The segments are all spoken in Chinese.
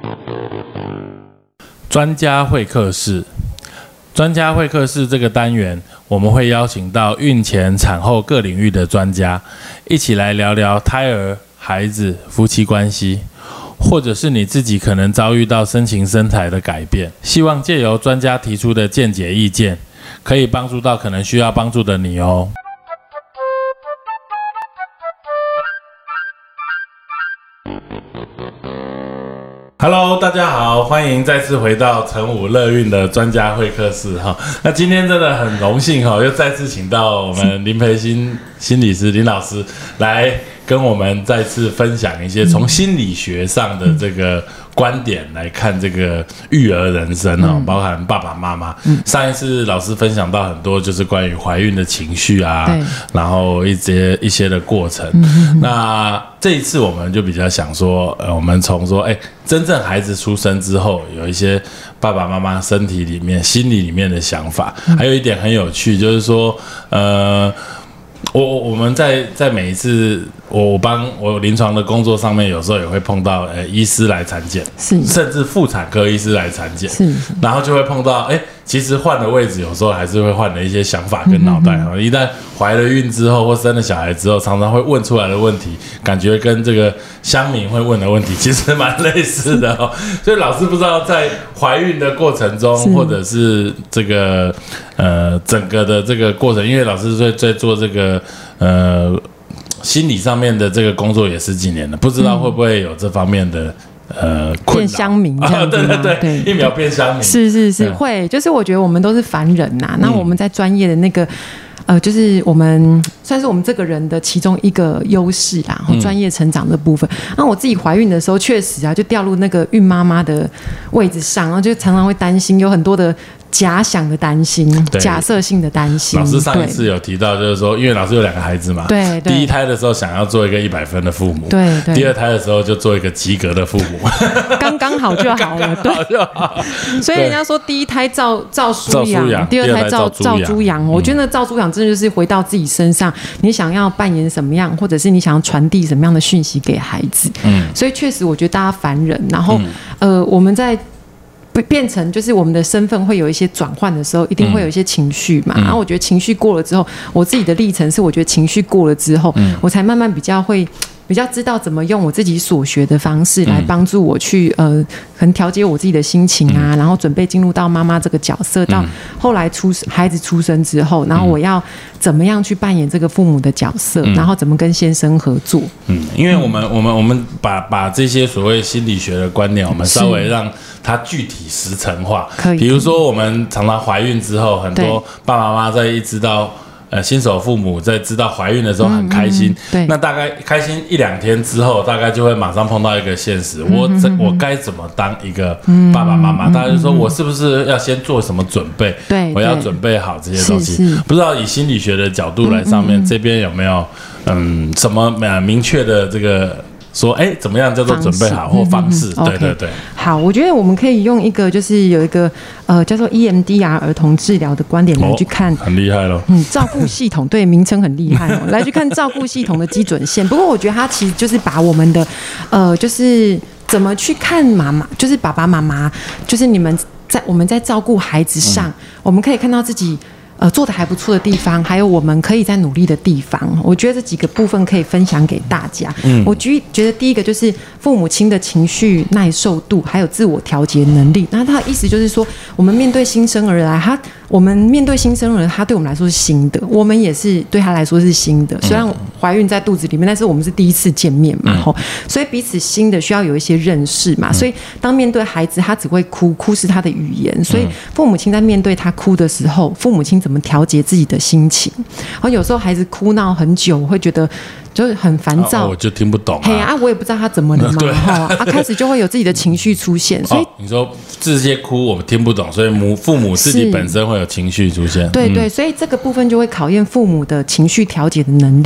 专家会客室，专家会客室这个单元，我们会邀请到孕前、产后各领域的专家，一起来聊聊胎儿、孩子、夫妻关系，或者是你自己可能遭遇到身形身材的改变，希望借由专家提出的见解意见，可以帮助到可能需要帮助的你哦。Hello， 大家好，欢迎再次回到成武乐运的专家会客室哈。那今天真的很荣幸哈，又再次请到我们林培欣心理师林老师来跟我们再次分享一些从心理学上的这个观点来看这个育儿人生哦，包含爸爸妈妈。上一次老师分享到很多就是关于怀孕的情绪啊，然后一些的过程。那这一次我们就比较想说，我们从说，真正孩子出生之后，有一些爸爸妈妈身体里面、心理里面的想法。还有一点很有趣，就是说，我们在每一次我帮我临床的工作上面，有时候也会碰到医师来产检，甚至妇产科医师来产检，然后就会碰到其实换了位置，有时候还是会换了一些想法跟脑袋。一旦怀了孕之后或生了小孩之后，常常会问出来的问题，感觉跟这个乡民会问的问题其实蛮类似的哦。所以老师不知道在怀孕的过程中，或者是这个整个的这个过程，因为老师在做这个心理上面的这个工作也10几年了，不知道会不会有这方面的变乡民这样子吗？ 对，一秒变乡民， 是会，就是我觉得我们都是凡人呐，那我们在专业的那个就是我们算是我们这个人的其中一个优势啦，专业成长的部分。那我自己怀孕的时候，确实啊，就掉入那个孕妈妈的位置上，然后就常常会担心，有很多的假想的担心，假设性的担心。 老师上一次有提到，就是说，因为老师有2个孩子嘛，对，第一胎的时候想要做一个100分的父母，对，第二胎的时候就做一个及格的父母，刚刚好就好了，对，所以人家说第一胎照书养，第二胎照猪养。我觉得照猪养真的就是回到自己身上，你想要扮演什么样，或者是你想要传递什么样的讯息给孩子。所以确实我觉得大家凡人，然后我们在变成就是我们的身份会有一些转换的时候，一定会有一些情绪嘛。然后我觉得情绪过了之后，我自己的历程是，我觉得情绪过了之后，我才慢慢比较知道怎么用我自己所学的方式来帮助我去可能调节我自己的心情啊，然后准备进入到妈妈这个角色，到后来孩子出生之后，然后我要怎么样去扮演这个父母的角色，然后怎么跟先生合作。 因为我们把这些所谓心理学的观念，我们稍微让它具体实程化。比如说我们常常怀孕之后，很多爸爸妈妈在一知道新手父母在知道怀孕的时候很开心，那大概开心1-2天之后，大概就会马上碰到一个现实，我该怎么当一个爸爸妈妈？大家就说我是不是要先做什么准备？我要准备好这些东西。不知道以心理学的角度来上面，这边有没有什么明确的这个？说怎么样叫做准备好或方式？对。 好，我觉得我们可以用一个就是有一个叫做 EMDR 儿童治疗的观点来去看， 很厉害咯。 照顾系统，对，名称很厉害哦。来去看照顾系统的基准线。不过我觉得它其实就是把我们的就是怎么去看妈妈，就是爸爸妈妈，就是我们在照顾孩子上，我们可以看到自己做得还不错的地方，还有我们可以再努力的地方。我觉得这几个部分可以分享给大家。我觉得第一个就是父母亲的情绪耐受度，还有自我调节能力。那他的意思就是说，我们面对新生儿来，他对我们来说是新的，我们也是对他来说是新的。虽然怀孕在肚子里面，但是我们是第一次见面嘛，所以彼此新的需要有一些认识嘛。所以当面对孩子，他只会哭是他的语言。所以父母亲在面对他哭的时候，父母亲怎么调节自己的心情？然后有时候孩子哭闹很久，我会觉得就是很烦躁， 我就听不懂。 我也不知道他怎么了嘛，开始就会有自己的情绪出现。所以你说这些哭我们听不懂，所以父母自己本身会有情绪出现。 对，所以这个部分就会考验父母的情绪调节的能力，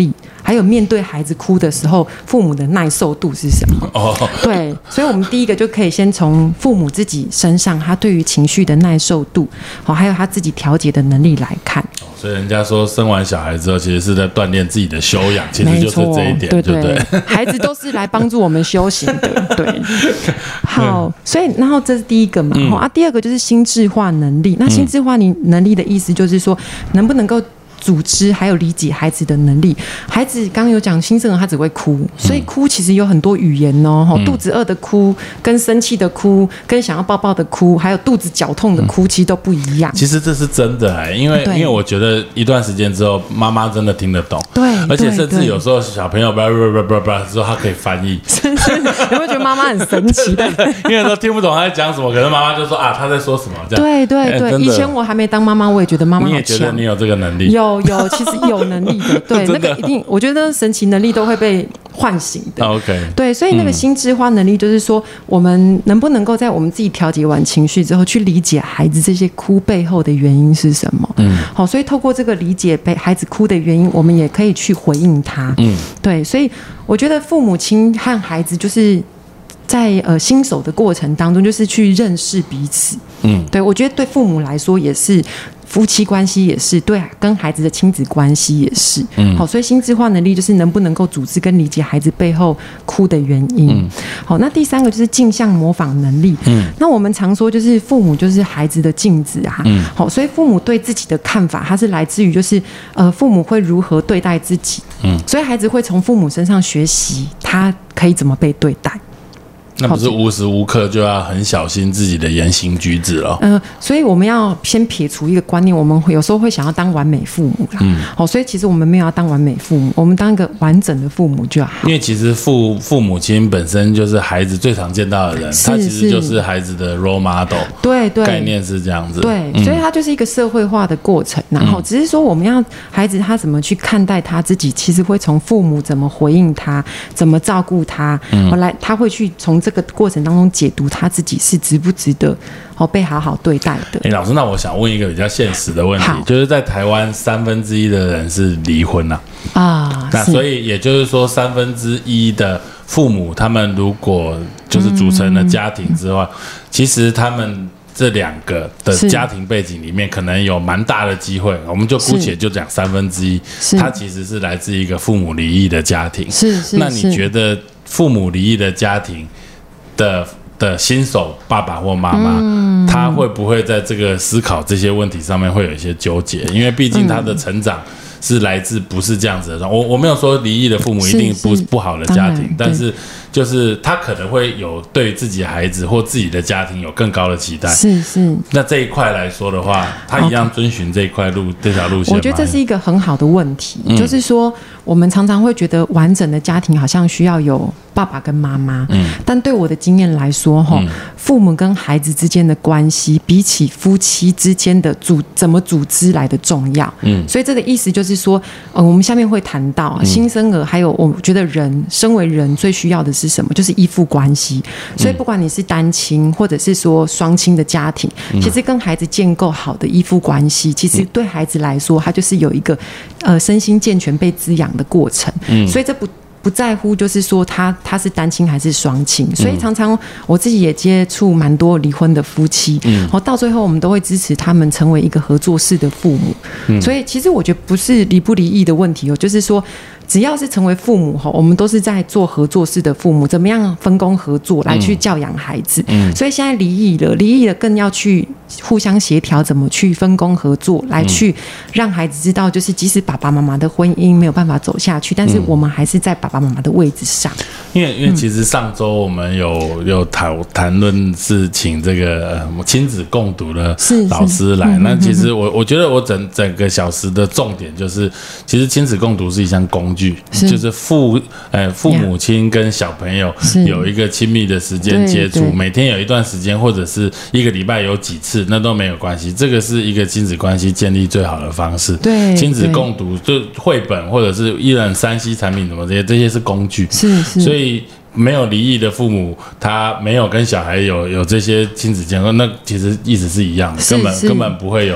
还有面对孩子哭的时候，父母的耐受度是什么？对，所以我们第一个就可以先从父母自己身上，他对于情绪的耐受度，还有他自己调节的能力来看。 所以人家说生完小孩之后，其实是在锻炼自己的修养，其实就是这一点，对不对？ 孩子都是来帮助我们修行的，对。好，所以然后这是第一个嘛，第二个就是心智化能力。那心智化能力的意思就是说，能不能够组织还有理解孩子的能力。孩子刚刚有讲新生儿他只会哭，所以哭其实有很多语言哦，肚子饿的哭跟生气的哭跟想要抱抱的哭还有肚子绞痛的哭其实都不一样。 其实这是真的因为我觉得一段时间之后妈妈真的听得懂， 对， 而且甚至有时候小朋友之后他可以翻译， 有没有觉得妈妈很神奇的？ 因为都听不懂他在讲什么，可是妈妈就说他在说什么这样。对，以前我还没当妈妈我也觉得妈妈好强。 你也觉得你有这个能力？ 有，其实有能力的，对，那个一定，我觉得神奇能力都会被唤醒的。 OK， 对，所以那个心智化能力就是说，我们能不能够在我们自己调节完情绪之后，去理解孩子这些哭背后的原因是什么？好，所以透过这个理解孩子哭的原因，我们也可以去回应他。对，所以我觉得父母亲和孩子就是在新手的过程当中，就是去认识彼此。对，我觉得对父母来说也是。夫妻关系也是，对，跟孩子的亲子关系也是。好，所以心智化能力就是能不能够组织跟理解孩子背后哭的原因。好，那第三个就是镜像模仿能力。那我们常说就是父母就是孩子的镜子啊。好，所以父母对自己的看法，它是来自于就是父母会如何对待自己。所以孩子会从父母身上学习，他可以怎么被对待。 那不是无时无刻就要很小心自己的言行举止了。 所以我们要先撇除一个观念，我们有时候会想要当完美父母啦。所以其实我们没有要当完美父母，我们当一个完整的父母就好。 因为其实父母亲本身就是孩子最常见到的人，他其实就是孩子的 role model。对，概念是这样子。 对，所以他就是一个社会化的过程。然后只是说我们要孩子他怎么去看待他自己，其实会从父母怎么回应他，怎么照顾他，他会去从这个过程当中解读他自己是值不值得被好好对待的。 老师，那我想问一个比较现实的问题，就是在台湾1/3的人是离婚那所以也就是说1/3的父母他们如果就是组成了家庭之后，其实他们这两个的家庭背景里面可能有蛮大的机会，我们就姑且就讲1/3，它其实是来自一个父母离异的家庭。那你觉得父母离异的家庭的新手爸爸或妈妈，他会不会在这个思考这些问题上面会有一些纠结？因为毕竟他的成长是来自不是这样子的。我没有说离异的父母一定不好的家庭，但是就是他可能会有对自己的孩子或自己的家庭有更高的期待。那这一块来说的话，他一样遵循这条路线吗？ 我觉得这是一个很好的问题，就是说我们常常会觉得完整的家庭好像需要有爸爸跟妈妈，但对我的经验来说，父母跟孩子之间的关系比起夫妻之间的怎么组织来的重要。所以这个意思就是说，我们下面会谈到新生儿，还有我觉得身为人最需要的是什么？就是依附关系。所以不管你是单亲或者是说双亲的家庭，其实跟孩子建构好的依附关系，其实对孩子来说，他就是有一个身心健全被滋养的过程。所以这不在乎就是说他是单亲还是双亲，所以常常我自己也接触蛮多离婚的夫妻，到最后我们都会支持他们成为一个合作式的父母。所以其实我觉得不是离不离异的问题就是说只要是成为父母，我们都是在做合作式的父母，怎么样分工合作来去教养孩子。所以现在离异了更要去互相协调，怎么去分工合作，来去让孩子知道，就是即使爸爸妈妈的婚姻没有办法走下去，但是我们还是在爸爸妈妈的位置上。 因为其实上周我们有谈论是请这个亲子共读的老师来，那其实我觉得我整个小时的重点就是，其实亲子共读是一项工具，就是父母亲跟小朋友有一个亲密的时间接触，每天有一段时间，或者是一个礼拜有几次，那都没有关系。这个是一个亲子关系建立最好的方式。亲子共读就绘本或者是一人3C 产品什么这些是工具。所以没有离异的父母，他没有跟小孩有这些亲子间隔，那其实意思是一样的，根本不会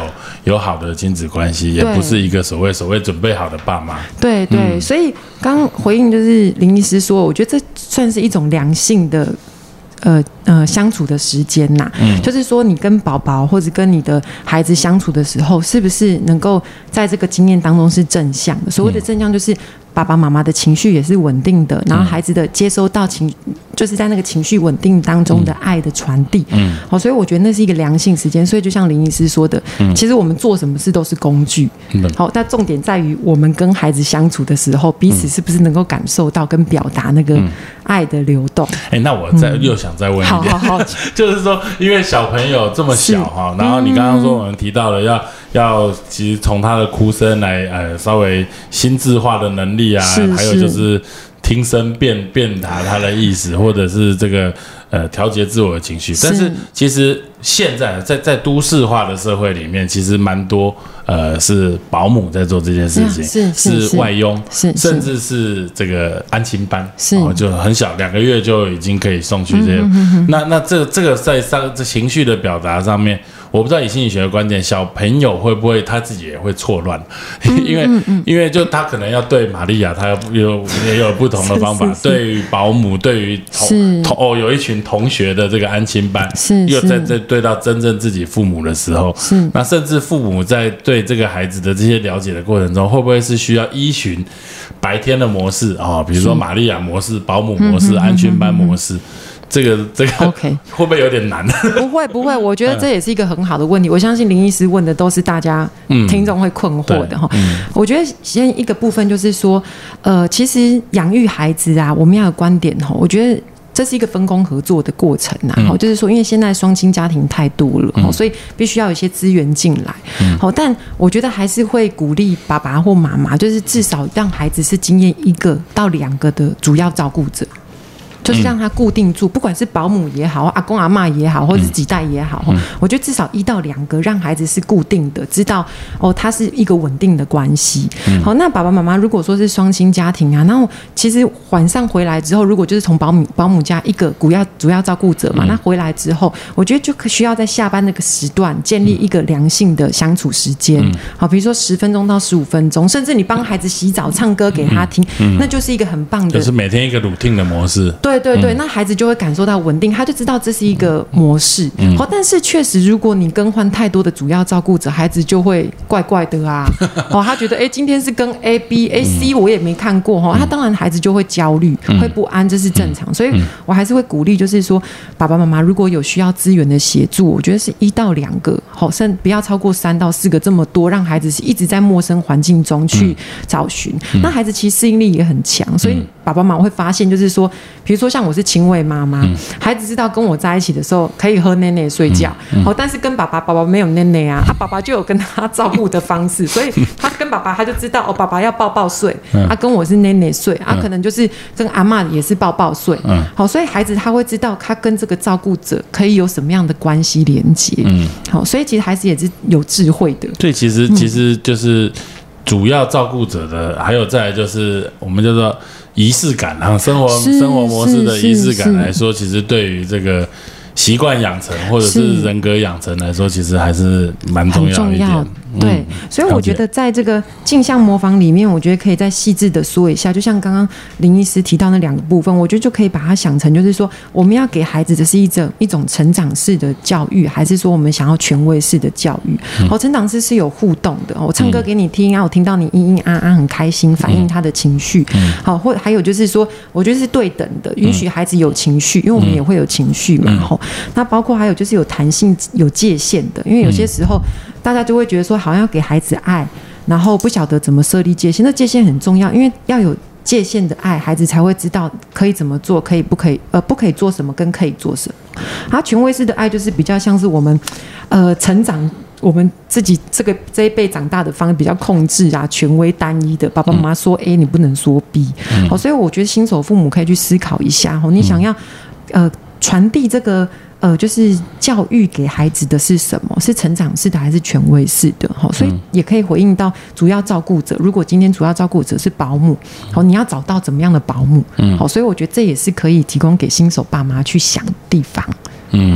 有好的亲子关系，也不是一个所谓准备好的爸妈。 对对，所以刚回应就是林医师说，我觉得这算是一种良性的。相处的时间呐，就是说你跟宝宝或者跟你的孩子相处的时候，是不是能够在这个经验当中是正向的？所谓的正向就是爸爸妈妈的情绪也是稳定的，然后孩子的接收到就是在那个情绪稳定当中的爱的传递。所以我觉得那是一个良性时间。所以就像林医师说的，其实我们做什么事都是工具。好，但重点在于我们跟孩子相处的时候，彼此是不是能够感受到跟表达那个爱的流动。 那我又想再问一点， 好就是说，因为小朋友这么小哈，然后你刚刚说我们提到了要其实从他的哭声来稍微心智化的能力啊，还有就是听声辨达他的意思，或者是这个调节自我的情绪。但是其实现在在都市化的社会里面，其实蛮多是保姆在做这件事情，是外佣，甚至是这个安亲班，就很小2个月就已经可以送去这些。那这个在这情绪的表达上面，我不知道以心理学的观点，小朋友会不会他自己也会错乱？因为就他可能要对玛利亚，他也有不同的方法。对于保姆，对于有一群同学的这个安亲班，又在对到真正自己父母的时候，那甚至父母在对这个孩子的这些了解的过程中，会不会是需要依循白天的模式比如说玛利亚模式、保姆模式、安亲班模式？这个 OK 会不会有点难？ 不会，我觉得这也是一个很好的问题。我相信林医师问的都是大家听众会困惑的我觉得先一个部分就是说，其实养育孩子啊，我们要有观点我觉得这是一个分工合作的过程就是说，因为现在双亲家庭太多了所以必须要有一些资源进来但我觉得还是会鼓励爸爸或妈妈，就是至少让孩子是经验1个到2个的主要照顾者。就是让他固定住，不管是保姆也好，阿公阿嬷也好，或者是几代也好，我觉得至少1到2个，让孩子是固定的，知道他是一个稳定的关系。好，那爸爸妈妈如果说是双亲家庭啊，那其实晚上回来之后，如果就是从保姆家1个主要照顾者嘛，那回来之后，我觉得就需要在下班那个时段建立一个良性的相处时间。好，比如说10分钟到15分钟，甚至你帮孩子洗澡、唱歌给他听，那就是一个很棒的， 就是每天一个 routine 的模式。 对，那孩子就会感受到稳定，他就知道这是一个模式。但是确实，如果你更换太多的主要照顾者，孩子就会怪怪的啊。他觉得今天是跟 A、B、A、C 我也没看过他当然孩子就会焦虑、会不安，这是正常。所以我还是会鼓励，就是说爸爸妈妈如果有需要资源的协助，我觉得是1到2个，甚不要超过3到4个这么多，让孩子是一直在陌生环境中去找寻。那孩子其实适应力也很强，所以爸爸妈妈会发现，就是说，比如说像我是亲喂妈妈，孩子知道跟我在一起的时候可以喝奶奶睡觉，但是跟爸爸没有奶奶啊，爸爸就有跟他照顾的方式，所以他跟爸爸他就知道爸爸要抱抱睡，跟我是奶奶睡，可能就是跟阿嬷也是抱抱睡，好，所以孩子他会知道他跟这个照顾者可以有什么样的关系连接，好，所以其实孩子也是有智慧的。 对，其实就是主要照顾者的，还有再来就是我们叫做仪式感生活模式的仪式感来说，其实对于这个习惯养成或者是人格养成来说，其实还是蛮重要的一点。 对，所以我觉得在这个镜像模仿里面，我觉得可以再细致的说一下，就像刚刚林医师提到那2个部分，我觉得就可以把它想成，就是说我们要给孩子的是一种成长式的教育，还是说我们想要权威式的教育？成长式是有互动的，我唱歌给你听我听到你嘤嘤啊啊很开心，反映他的情绪。好，或还有就是说，我觉得是对等的，允许孩子有情绪，因为我们也会有情绪嘛。那包括还有就是有弹性、有界限的，因为有些时候大家就会觉得说，好像要给孩子爱，然后不晓得怎么设立界限。那界限很重要，因为要有界限的爱，孩子才会知道可以怎么做，可以不可以，不可以做什么，跟可以做什么。权威式的爱就是比较像是我们成长。我们自己这一辈长大的方式比较控制啊，权威单一的，爸爸妈妈说 A 你不能说 B，所以我觉得新手父母可以去思考一下你想要传递这个就是教育给孩子的是什么？是成长式的还是权威式的？所以也可以回应到主要照顾者。如果今天主要照顾者是保姆，你要找到怎么样的保姆？所以我觉得这也是可以提供给新手爸妈去想的地方。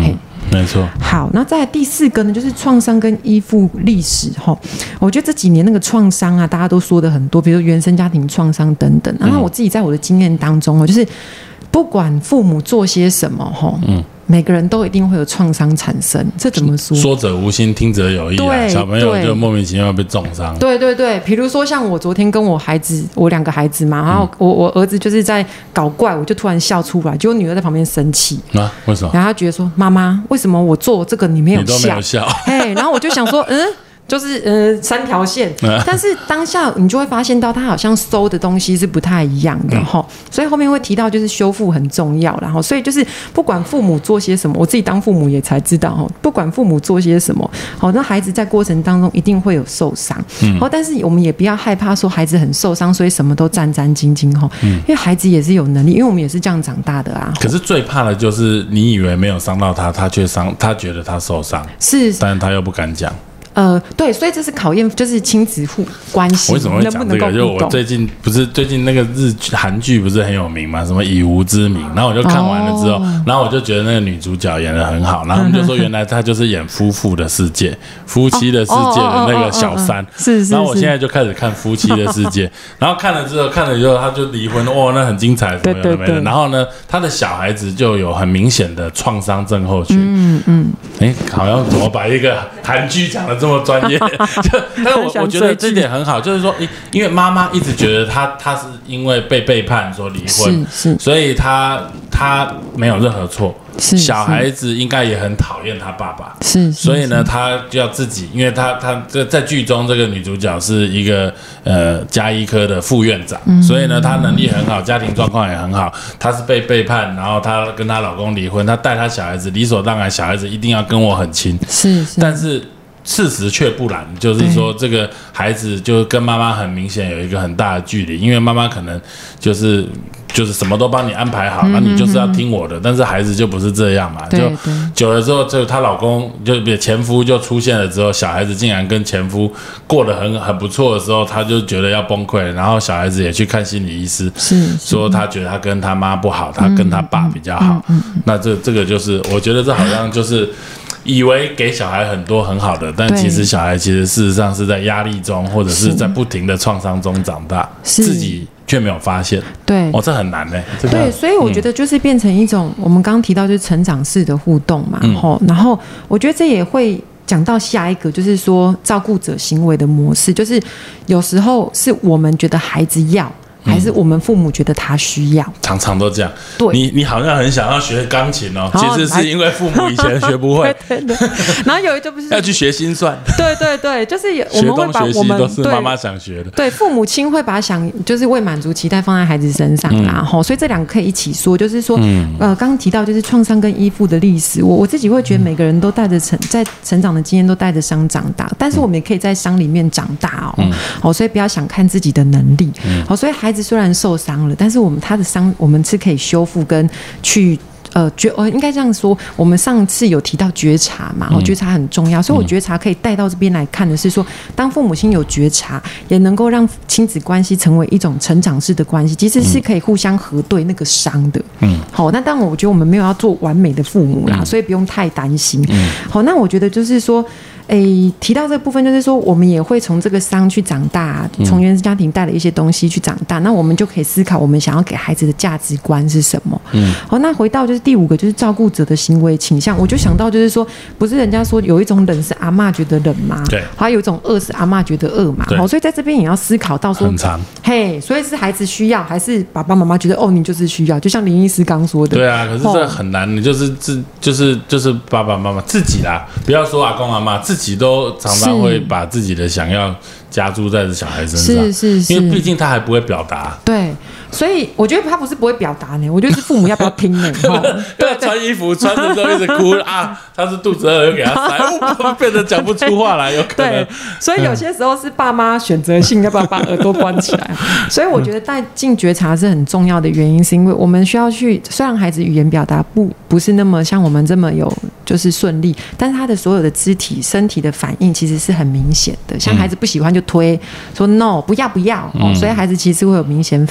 没错。 好，那再来第4个呢，就是创伤跟依附历史哈。我觉得这几年那个创伤啊，大家都说的很多，比如原生家庭创伤等等。然后我自己在我的经验当中哦，就是不管父母做些什么哈，每个人都一定会有创伤产生，这怎么说？ 说者无心，听者有意啊。小朋友就莫名其妙被重伤。 对对对，比如说像我昨天跟我2个孩子嘛，然后我儿子就是在搞怪，我就突然笑出来，结果女儿在旁边生气啊，为什么？ 然后她觉得说妈妈，为什么我做这个你没有笑？ 你都没有笑。 嘿，然后我就想说，就是3条线，但是当下你就会发现到他好像收的东西是不太一样的哈，所以后面会提到就是修复很重要，然后所以就是不管父母做些什么，我自己当父母也才知道哈，不管父母做些什么，好，那孩子在过程当中一定会有受伤，但是我们也不要害怕说孩子很受伤，所以什么都战战兢兢哈，因为孩子也是有能力，因为我们也是这样长大的啊。 可是最怕的就是你以为没有伤到他，他却伤，他觉得他受伤， 是， 但是他又不敢讲。 对，所以这是考验，就是亲子关系。 为什么会讲这个？就我最近那个韩剧不是很有名嘛，什么以无之名，然后我就看完了之后，然后我就觉得那个女主角演得很好，然后他们就说原来她就是演夫妻的世界的那个小三， 是。 然后我现在就开始看夫妻的世界，然后看了之后他就离婚，那很精彩，什么有的没的。然后呢，他的小孩子就有很明显的创伤症候群，好像怎么把一个韩剧讲得这么专业，但是我觉得这点很好，就是说，因为妈妈一直觉得她是因为被背叛所离婚，所以她没有任何错，小孩子应该也很讨厌他爸爸，所以呢，他就要自己，因为他在剧中这个女主角是一个家医科的副院长，所以呢，她能力很好，家庭状况也很好，她是被背叛，然后她跟她老公离婚，她带她小孩子，理所当然，小孩子一定要跟我很亲，但是事实却不然，就是说这个孩子就跟妈妈很明显有一个很大的距离，因为妈妈可能就是什么都帮你安排好，那你就是要听我的，但是孩子就不是这样嘛，就久了之后，就她老公就前夫就出现了之后，小孩子竟然跟前夫过得很不错的时候，她就觉得要崩溃，然后小孩子也去看心理医师，说他觉得他跟他妈不好，他跟他爸比较好，那这个就是我觉得这好像就是以为给小孩很多很好的，但其实小孩其实事实上是在压力中，或者是在不停的创伤中长大，自己却没有发现。对，这很难呢。 对，所以我觉得就是变成一种我们刚刚提到就是成长式的互动嘛，然后我觉得这也会讲到下一个，就是说照顾者行为的模式，就是有时候是我们觉得孩子要。还是我们父母觉得他需要， 常常都这样。 对， 你好像很想要学钢琴哦，其实是因为父母以前学不会。 对。然后有一就不是要去学心算。 对，就是我们会把我们都是妈妈想学的。 对，父母亲会把就是为满足期待放在孩子身上啦，所以这两个可以一起说，就是说，刚刚提到就是创伤跟依附的历史，我自己会觉得每个人都带着在成长的经验都带着伤长大，但是我们也可以在伤里面长大哦，所以不要小看自己的能力，所以孩子虽然受伤了，但是他的伤我们是可以修复跟去应该这样说，我们上次有提到觉察嘛，觉察很重要，所以我觉察可以带到这边来看的是说，当父母亲有觉察，也能够让亲子关系成为一种成长式的关系，其实是可以互相核对那个伤的。好，那当然我觉得我们没有要做完美的父母啦，所以不用太担心。好，那我觉得就是说。提到这个部分，就是说我们也会从这个伤去长大，从原生家庭带了一些东西去长大，那我们就可以思考我们想要给孩子的价值观是什么。好，那回到就是第5个，就是照顾者的行为倾向，我就想到就是说，不是人家说有一种冷是阿嬷觉得冷吗？对，还有一种饿是阿嬷觉得饿嘛。好，所以在这边也要思考到说， 很长， 所以是孩子需要，还是爸爸妈妈觉得你就是需要？就像林医师刚说的， 对啊，可是这很难，你就是爸爸妈妈自己啦，不要说阿公阿嬷自己都常常会把自己的想要加注在小孩身上，是，因为毕竟他还不会表达。对， 所以我觉得他不是不会表达呢，我觉得是父母要不要听呢？ 对，穿衣服穿的时候一直哭啊，他是肚子饿又给他塞，变得讲不出话来，有可能。对， 所以有些时候是爸妈选择性要不要把耳朵关起来。所以我觉得带进觉察是很重要的原因，是因为我们需要去，虽然孩子语言表达不是那么像我们这么有就是顺利，但是他的所有的肢体身体的反应其实是很明显的，像孩子不喜欢就推说 no 不要，所以孩子其实会有明显反应的。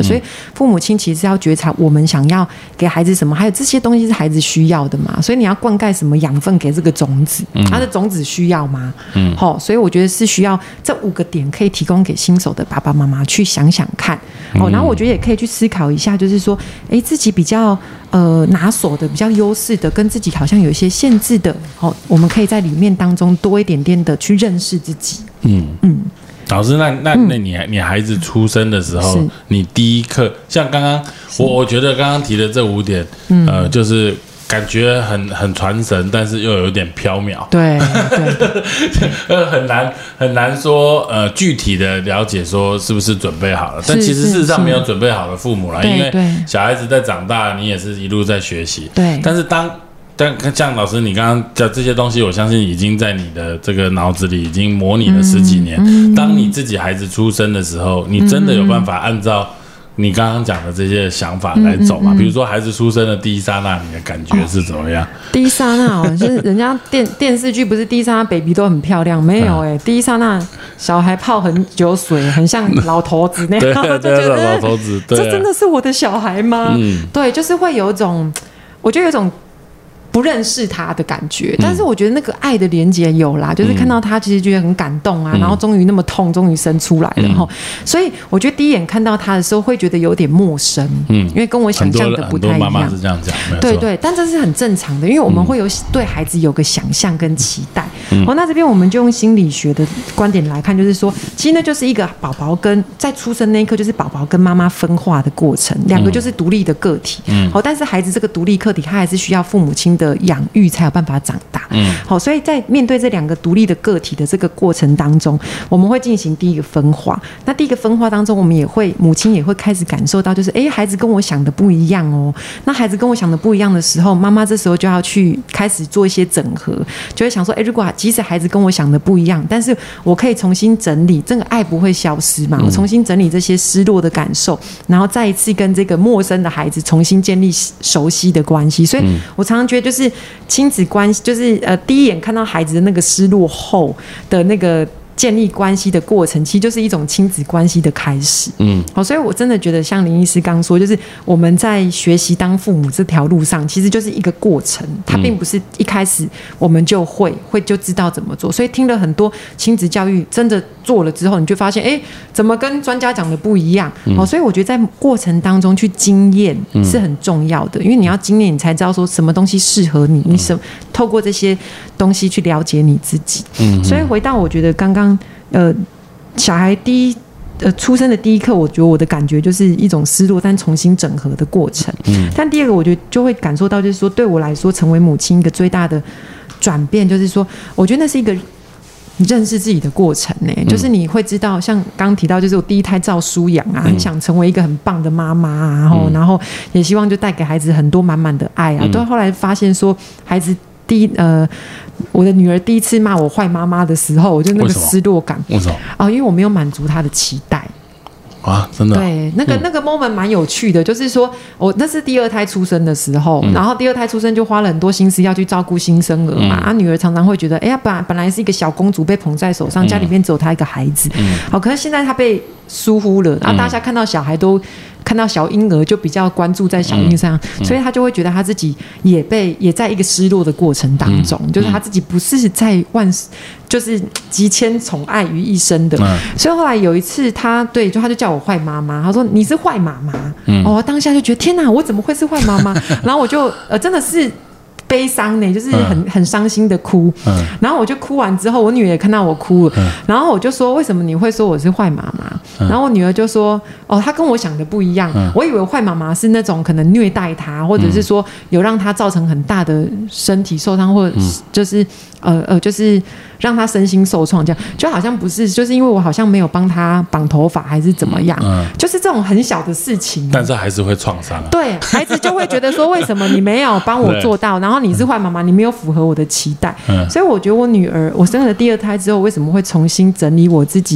所以父母亲其实要觉察我们想要给孩子什么，还有这些东西是孩子需要的嘛，所以你要灌溉什么养分给这个种子，它的种子需要吗？所以我觉得是需要这5个点可以提供给新手的爸爸妈妈去想想看，然后我觉得也可以去思考一下，就是说，自己比较拿手的、比较优势的，跟自己好像有一些限制的，我们可以在里面当中多一点点的去认识自己。 老师，那你孩子出生的时候，你第一课像刚刚我觉得刚刚提的这5点，就是感觉很传神，但是又有点缥缈。 对， 很难说具体的了解说是不是准备好了，但其实事实上没有准备好的父母啦，因为小孩子在长大，你也是一路在学习。对，但是但像老师你刚刚讲这些东西，我相信已经在你的这个脑子里已经模拟了10几年。当你自己孩子出生的时候，你真的有办法按照你刚刚讲的这些想法来走嘛？比如说孩子出生的第一刹那，你的感觉是怎么样？ 第一刹那就是人家电视剧不是第一刹那 baby 都很漂亮，没有第一刹那小孩泡很久水，很像老头子那样，就觉得老头子， 这真的是我的小孩吗？对，就是会有一种，我觉得有一种不认识他的感觉，但是我觉得那个爱的连结有啦，就是看到他其实觉得很感动啊，然后终于那么痛，终于生出来了所以我觉得第一眼看到他的时候会觉得有点陌生，因为跟我想象的不太一样。 很多妈妈是这样讲， 对，但这是很正常的，因为我们会有对孩子有个想象跟期待。那这边我们就用心理学的观点来看，就是说，其实那就是一个宝宝跟在出生那一刻，就是宝宝跟妈妈分化的过程，2个就是独立的个体。但是孩子这个独立个体，他还是需要父母亲的养育才有办法长大。所以在面对这2个独立的个体的这个过程当中，我们会进行第一个分化。那第一个分化当中，我们母亲也会开始感受到，就是孩子跟我想的不一样哦。那孩子跟我想的不一样的时候，妈妈这时候就要去开始做一些整合，就会想说，如果即使孩子跟我想的不一样，但是我可以重新整理，这个爱不会消失嘛？我重新整理这些失落的感受，然后再一次跟这个陌生的孩子重新建立熟悉的关系。所以我常常觉得，就是亲子关系，就是第一眼看到孩子的那个失落后的那个建立关系的过程，其实就是一种亲子关系的开始。所以我真的觉得像林医师刚说，就是我们在学习当父母这条路上，其实就是一个过程，它并不是一开始我们就会就知道怎么做。所以听了很多亲子教育，真的做了之后，你就发现，怎么跟专家讲的不一样？所以我觉得在过程当中去经验是很重要的，因为你要经验，你才知道说什么东西适合你，透过这些东西去了解你自己。所以回到我觉得刚刚小孩出生的第一刻，我觉得我的感觉就是一种失落但重新整合的过程。但第二个，我觉得就会感受到，就是说对我来说，成为母亲一个最大的转变，就是说，我觉得那是一个认识自己的过程呢。就是你会知道，像刚刚提到，就是我第一胎照书养啊，很想成为一个很棒的妈妈啊，然后也希望就带给孩子很多满满的爱啊。到后来发现说，孩子我的女儿第一次骂我坏妈妈的时候，我就那个失落感。为什么？因为我没有满足她的期待。 啊，真的？ 对，那个 moment 蛮有趣的，就是说那是第2胎出生的时候，然后第2胎出生就花了很多心思要去照顾新生儿嘛。女儿常常会觉得，本来是一个小公主被捧在手上，家里面只有她一个孩子，可是现在她被疏忽了，然后大家看到小孩都看到小婴儿就比较关注在小婴儿上，所以他就会觉得他自己也在一个失落的过程当中，就是他自己不是在就是集千宠爱于一身的。所以后来有一次他就叫我坏妈妈，他说你是坏妈妈。当下就觉得天哪，我怎么会是坏妈妈？然后我就真的是悲伤呢，就是很伤心的哭。然后我就哭完之后，我女儿也看到我哭了。然后我就说，为什么你会说我是坏妈妈？然后我女儿就说，她跟我想的不一样。我以为坏妈妈是那种可能虐待她，或者是说有让她造成很大的身体受伤，或者就是就是让她身心受创，这样就好像不是，就是因为我好像没有帮她绑头发还是怎么样，就是这种很小的事情， 但是还是会创伤。 对，孩子就会觉得说，为什么你没有帮我做到？然后你是坏妈妈，你没有符合我的期待。所以我觉得我女儿，我生了第2胎之后，为什么会重新整理我自己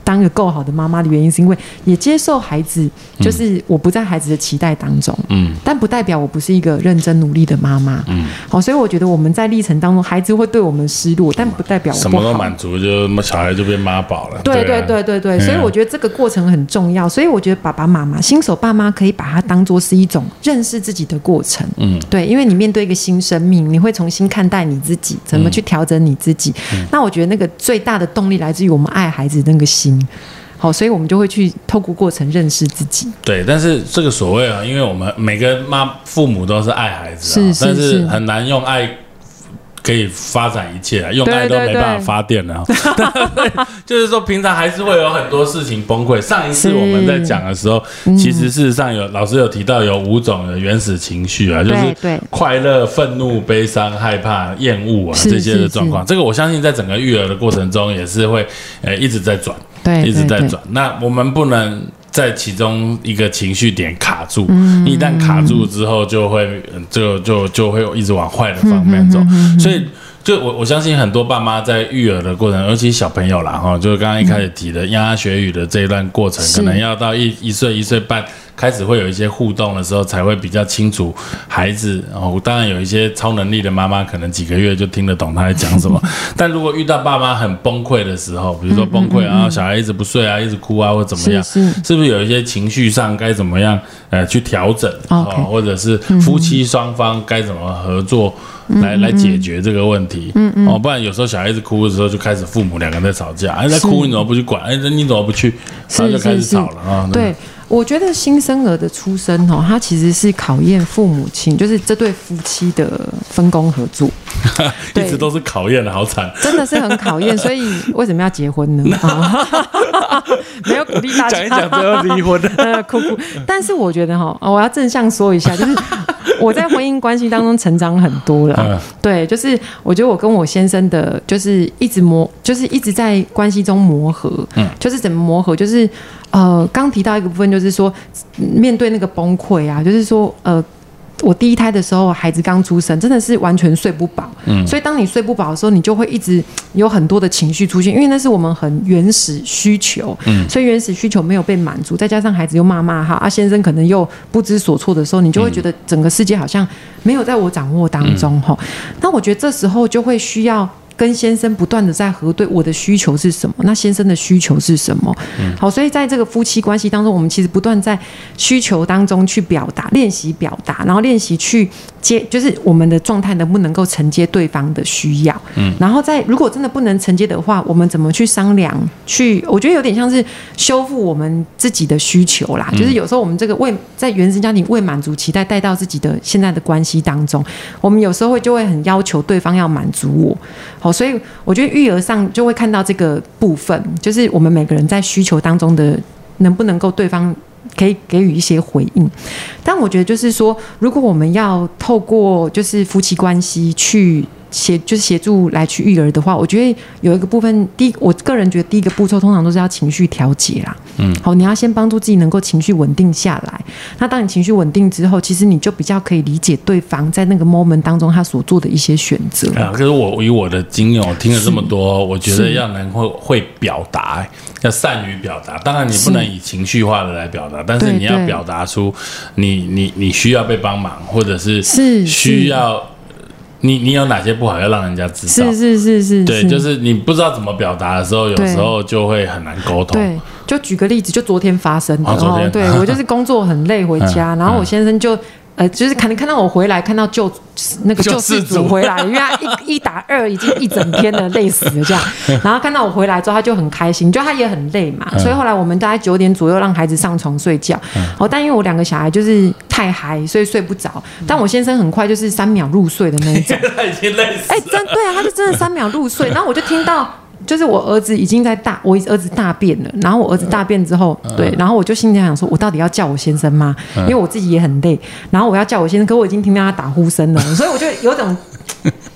当一个够好的妈妈的原因，是因为也接受孩子，就是我不在孩子的期待当中，但不代表我不是一个认真努力的妈妈，好，所以我觉得我们在历程当中，孩子会对我们失落，但不代表我不好， 什么都满足，就小孩就变妈宝了。 对，所以我觉得这个过程很重要，所以我觉得爸爸妈妈、新手爸妈可以把它当作是一种认识自己的过程，对，因为你面对一个新生命，你会重新看待你自己，怎么去调整你自己，那我觉得那个最大的动力来自于我们爱孩子的那个心。好，所以我们就会去透过过程认识自己。 对，但是这个所谓因为我们每个父母都是爱孩子，但是很难用爱可以发展一切，用爱都没办法发电了。对，就是说平常还是会有很多事情崩溃。上一次我们在讲的时候，其实事实上老师有提到有5种的原始情绪啊，就是快乐、愤怒、悲伤、害怕、厌恶啊这些的状况。这个我相信在整个育儿的过程中也是会一直在转，一直在转。那我们不能在其中一个情绪点卡住，一旦卡住之后，就会一直往坏的方面走。所以，我相信很多爸妈在育儿的过程，尤其小朋友啦，就是刚刚一开始提的牙牙学语的这一段过程，可能要到一岁、1岁半。开始会有一些互动的时候，才会比较清楚孩子。当然有一些超能力的妈妈，可能几个月就听得懂他在讲什么。但如果遇到爸妈很崩溃的时候，比如说崩溃，然后小孩一直不睡啊，一直哭啊，或怎么样，是不是有一些情绪上该怎么样去调整，或者是夫妻双方该怎么合作来解决这个问题？不然有时候小孩子哭的时候，就开始父母2个人在吵架，在哭你怎么不去管？你怎么不去？然后就开始吵了啊。 对。我觉得新生儿的出生它其实是考验父母亲，就是这对夫妻的分工合作， 一直都是考验的，好惨， 真的是很考验。所以为什么要结婚呢？没有鼓励大家讲一讲就要离婚哭。但是我觉得我要正向说一下，就是我在婚姻关系当中成长很多了。对，就是我觉得我跟我先生的，就是一直在关系中磨合。就是怎么磨合，就是刚提到一个部分，就是说面对那个崩溃啊，就是说我第一胎的时候，孩子刚出生，真的是完全睡不饱。所以当你睡不饱的时候，你就会一直有很多的情绪出现，因为那是我们很原始需求。所以原始需求没有被满足，再加上孩子又骂他，先生可能又不知所措的时候，你就会觉得整个世界好像没有在我掌握当中。那我觉得这时候就会需要跟先生不断的在核对我的需求是什么，那先生的需求是什么。好，所以在这个夫妻关系当中，我们其实不断在需求当中去表达，练习表达，然后练习去就是我们的状态能不能够承接对方的需要。然后如果真的不能承接的话，我们怎么去商量，我觉得有点像是修复我们自己的需求啦。就是有时候我们这个在原生家庭未满足期待带到自己的现在的关系当中，我们有时候就会很要求对方要满足我。好，所以我觉得育儿上就会看到这个部分，就是我们每个人在需求当中的能不能够对方可以给予一些回应。但我觉得就是说，如果我们要透过就是夫妻关系去协助来去育儿的话，我觉得有一个部分，我个人觉得第一个步骤通常都是要情绪调节啦。好，你要先帮助自己能够情绪稳定下来。那当你情绪稳定之后，其实你就比较可以理解对方在那个 moment 当中他所做的一些选择。 可是以我的经验，我听了这么多，我觉得要能会表达，要善于表达。当然你不能以情绪化的来表达，但是你要表达出你需要被帮忙，或者是需要。你有哪些不好要让人家知道？ 是， 对，就是你不知道怎么表达的时候，有时候就会很难沟通。 对，就举个例子，就昨天发生的。对，我就是工作很累回家，然后我先生就是可能看到我回来，看到救世主回来，因为他一打2已经一整天了，累死了这样。然后看到我回来之后，他就很开心，就他也很累嘛，所以后来我们大概9点左右让孩子上床睡觉。但因为我2个小孩就是太嗨，所以睡不着。但我先生很快就是3秒入睡的那一种， 他已经累死了。 对啊，他就真的3秒入睡。然后我就听到。就是我儿子已经我儿子大便了，然后我儿子大便之后，对，然后我就心里想说，我到底要叫我先生吗？因为我自己也很累，然后我要叫我先生，可我已经听到他打呼声了，所以我就有种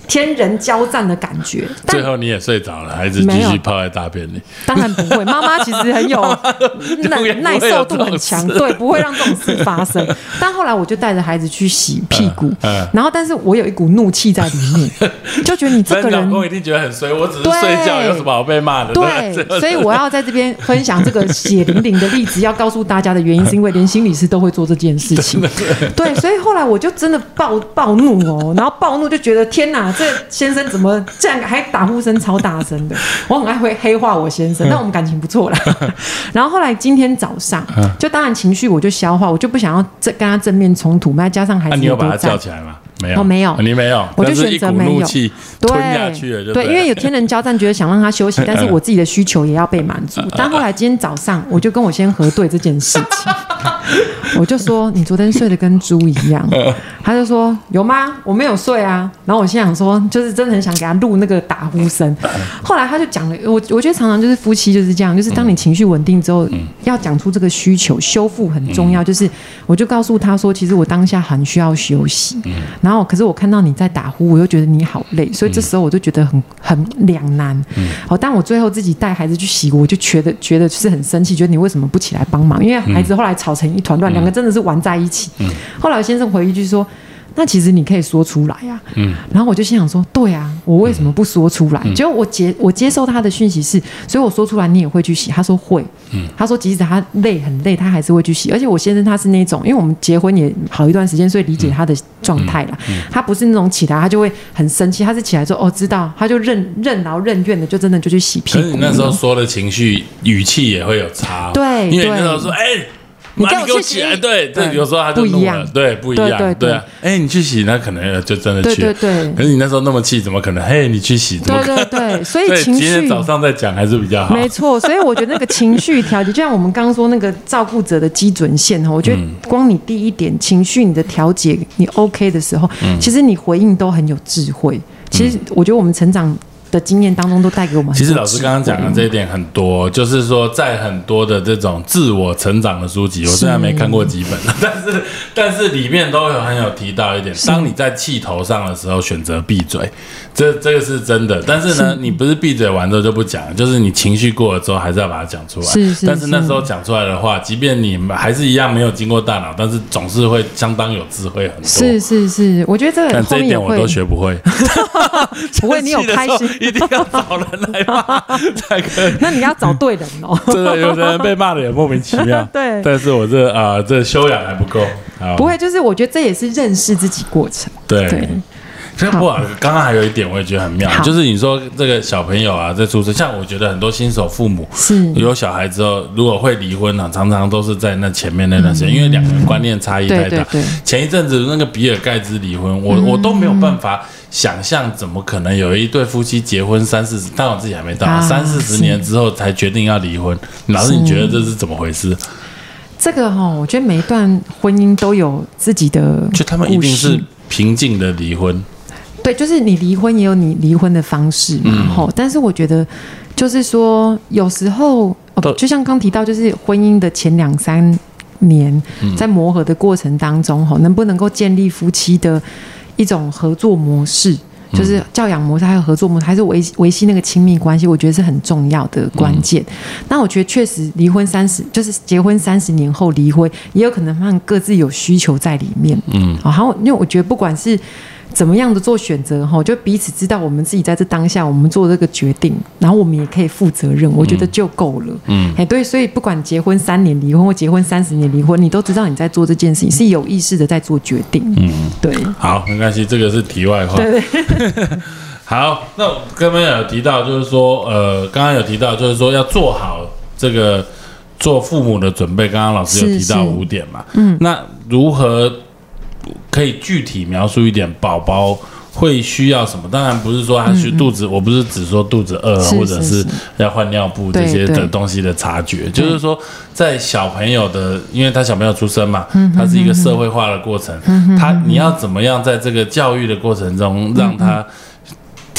天人交战的感觉。 最后你也睡着了，孩子继续泡在大便里。 当然不会，妈妈其实很有耐受度很强，对，不会让这种事发生。但后来我就带着孩子去洗屁股，然后但是我有一股怒气在里面，就觉得你这个人， 老公一定觉得很衰，我只是睡觉，有什么好被骂的？ 对，所以我要在这边分享这个血淋淋的例子，要告诉大家的原因是因为连心理师都会做这件事情。对，所以后来我就真的暴怒哦，然后暴怒就觉得天哪，这先生怎么这样，还打呼声超大声的。我很爱会黑化我先生，但我们感情不错啦。然后后来今天早上，就当然情绪我就消化，我就不想要跟他正面冲突，再加上孩子你有把他叫起来吗？没有， 没有， 你没有， 我就选择没有， 吞下去了就对，因为有天人交战，觉得想让他休息，但是我自己的需求也要被满足。但后来今天早上，我就跟我先核对这件事情，我就说你昨天睡得跟猪一样，他就说有吗？我没有睡啊。然后我心想说，就是真的很想给他录那个打呼声。后来他就讲了，我觉得常常就是夫妻就是这样，就是当你情绪稳定之后，要讲出这个需求，修复很重要。就是我就告诉他说，其实我当下很需要休息，然后可是我看到你在打呼，我又觉得你好累，所以这时候我就觉得很两难。但我最后自己带孩子去洗，我就觉得就是很生气，觉得你为什么不起来帮忙？因为孩子后来吵成一团乱，两个真的是玩在一起。后来我先生回一句说，那其实你可以说出来啊。然后我就心想说，对啊，我为什么不说出来？结果我接受他的讯息是，所以我说出来你也会去洗。他说会，他说即使他很累，他还是会去洗。而且我先生他是那种，因为我们结婚也好一段时间，所以理解他的状态啦。他不是那种起来他就会很生气，他是起来说哦知道，他就任劳任怨的就真的就去洗屁股。 可是你那时候说的情绪语气也会有差， 对， 因为你那时候说你给我起来，对，有时候他就怒了，对，不一样，对啊，你去洗，那可能就真的去，对。可是你那时候那么气，怎么可能？你去洗，怎么可能？ 对，所以情绪今天早上再讲还是比较好， 没错。所以我觉得那个情绪调节，就像我们刚刚说那个照顾者的基准线我觉得光你第一点情绪你的调节你 OK 的时候，其实你回应都很有智慧。其实我觉得我们成长的经验当中都带给我们很多。 其实老师刚刚讲的这一点很多，就是说在很多的这种自我成长的书籍，我虽然没看过几本，但是里面都很有提到一点，当你在气头上的时候选择闭嘴，这个是真的。但是呢，你不是闭嘴完之后就不讲，就是你情绪过了之后还是要把它讲出来。但是那时候讲出来的话，即便你还是一样没有经过大脑，但是总是会相当有智慧很多。 是，我觉得这个后面也会， 这一点我都学不会。 不会，你有开心。 一定要找人来骂才可以。 那你要找对人哦。 真的，有的人被骂的也莫名其妙。 对， 但是我这修养还不够。 不会，就是我觉得这也是认识自己过程。 对。不好，刚刚还有一点我也觉得很妙，就是你说这个小朋友在出生，像我觉得很多新手父母有小孩之后，如果会离婚常常都是在那前面那段时间，因为两个人观念差异太大。前一阵子那个比尔盖茨离婚，我都没有办法想象，怎么可能有一对夫妻结婚30-40，但我自己还没到30-40年之后才决定要离婚。老师，你觉得这是怎么回事？ 这个我觉得每一段婚姻都有自己的故事， 就他们一定是平静的离婚。 对，就是你离婚也有你离婚的方式嘛，但是我觉得就是说有时候就像刚提到，就是婚姻的前2-3年，在磨合的过程当中能不能够建立夫妻的一种合作模式，就是教养模式还有合作模式，还是维系那个亲密关系，我觉得是很重要的关键。那我觉得确实离婚就是结婚30年后离婚，也有可能他们各自有需求在里面。好，因为我觉得不管是怎么样的做选择就彼此知道我们自己在这当下我们做这个决定，然后我们也可以负责任，我觉得就够了。对，所以不管结婚3年离婚或结婚30年离婚，你都知道你在做这件事情是有意识的在做决定。对。好， 没关系，这个是题外话。 对。 好，那我刚刚有提到，就是说，刚刚有提到，就是说要做好这个做父母的准备。刚刚老师有提到5点嘛，那如何可以具体描述一点宝宝会需要什么？当然不是说他肚子，我不是只说肚子饿，或者是要换尿布这些的东西的察觉，就是说在小朋友的，因为他小朋友出生嘛，他是一个社会化的过程，你要怎么样在这个教育的过程中让他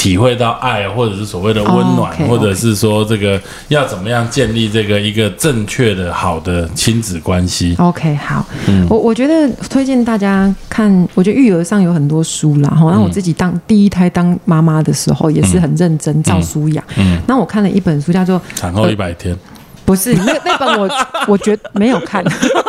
体会到爱，或者是所谓的温暖，或者是说这个要怎么样建立这个一个正确的好的亲子关系。 OK， 好，我觉得推荐大家看，我觉得育儿上有很多书啦，那我自己第一胎当妈妈的时候也是很认真照书养。那我看了一本书叫做《 产后100天》。 不是那本我觉得没有看，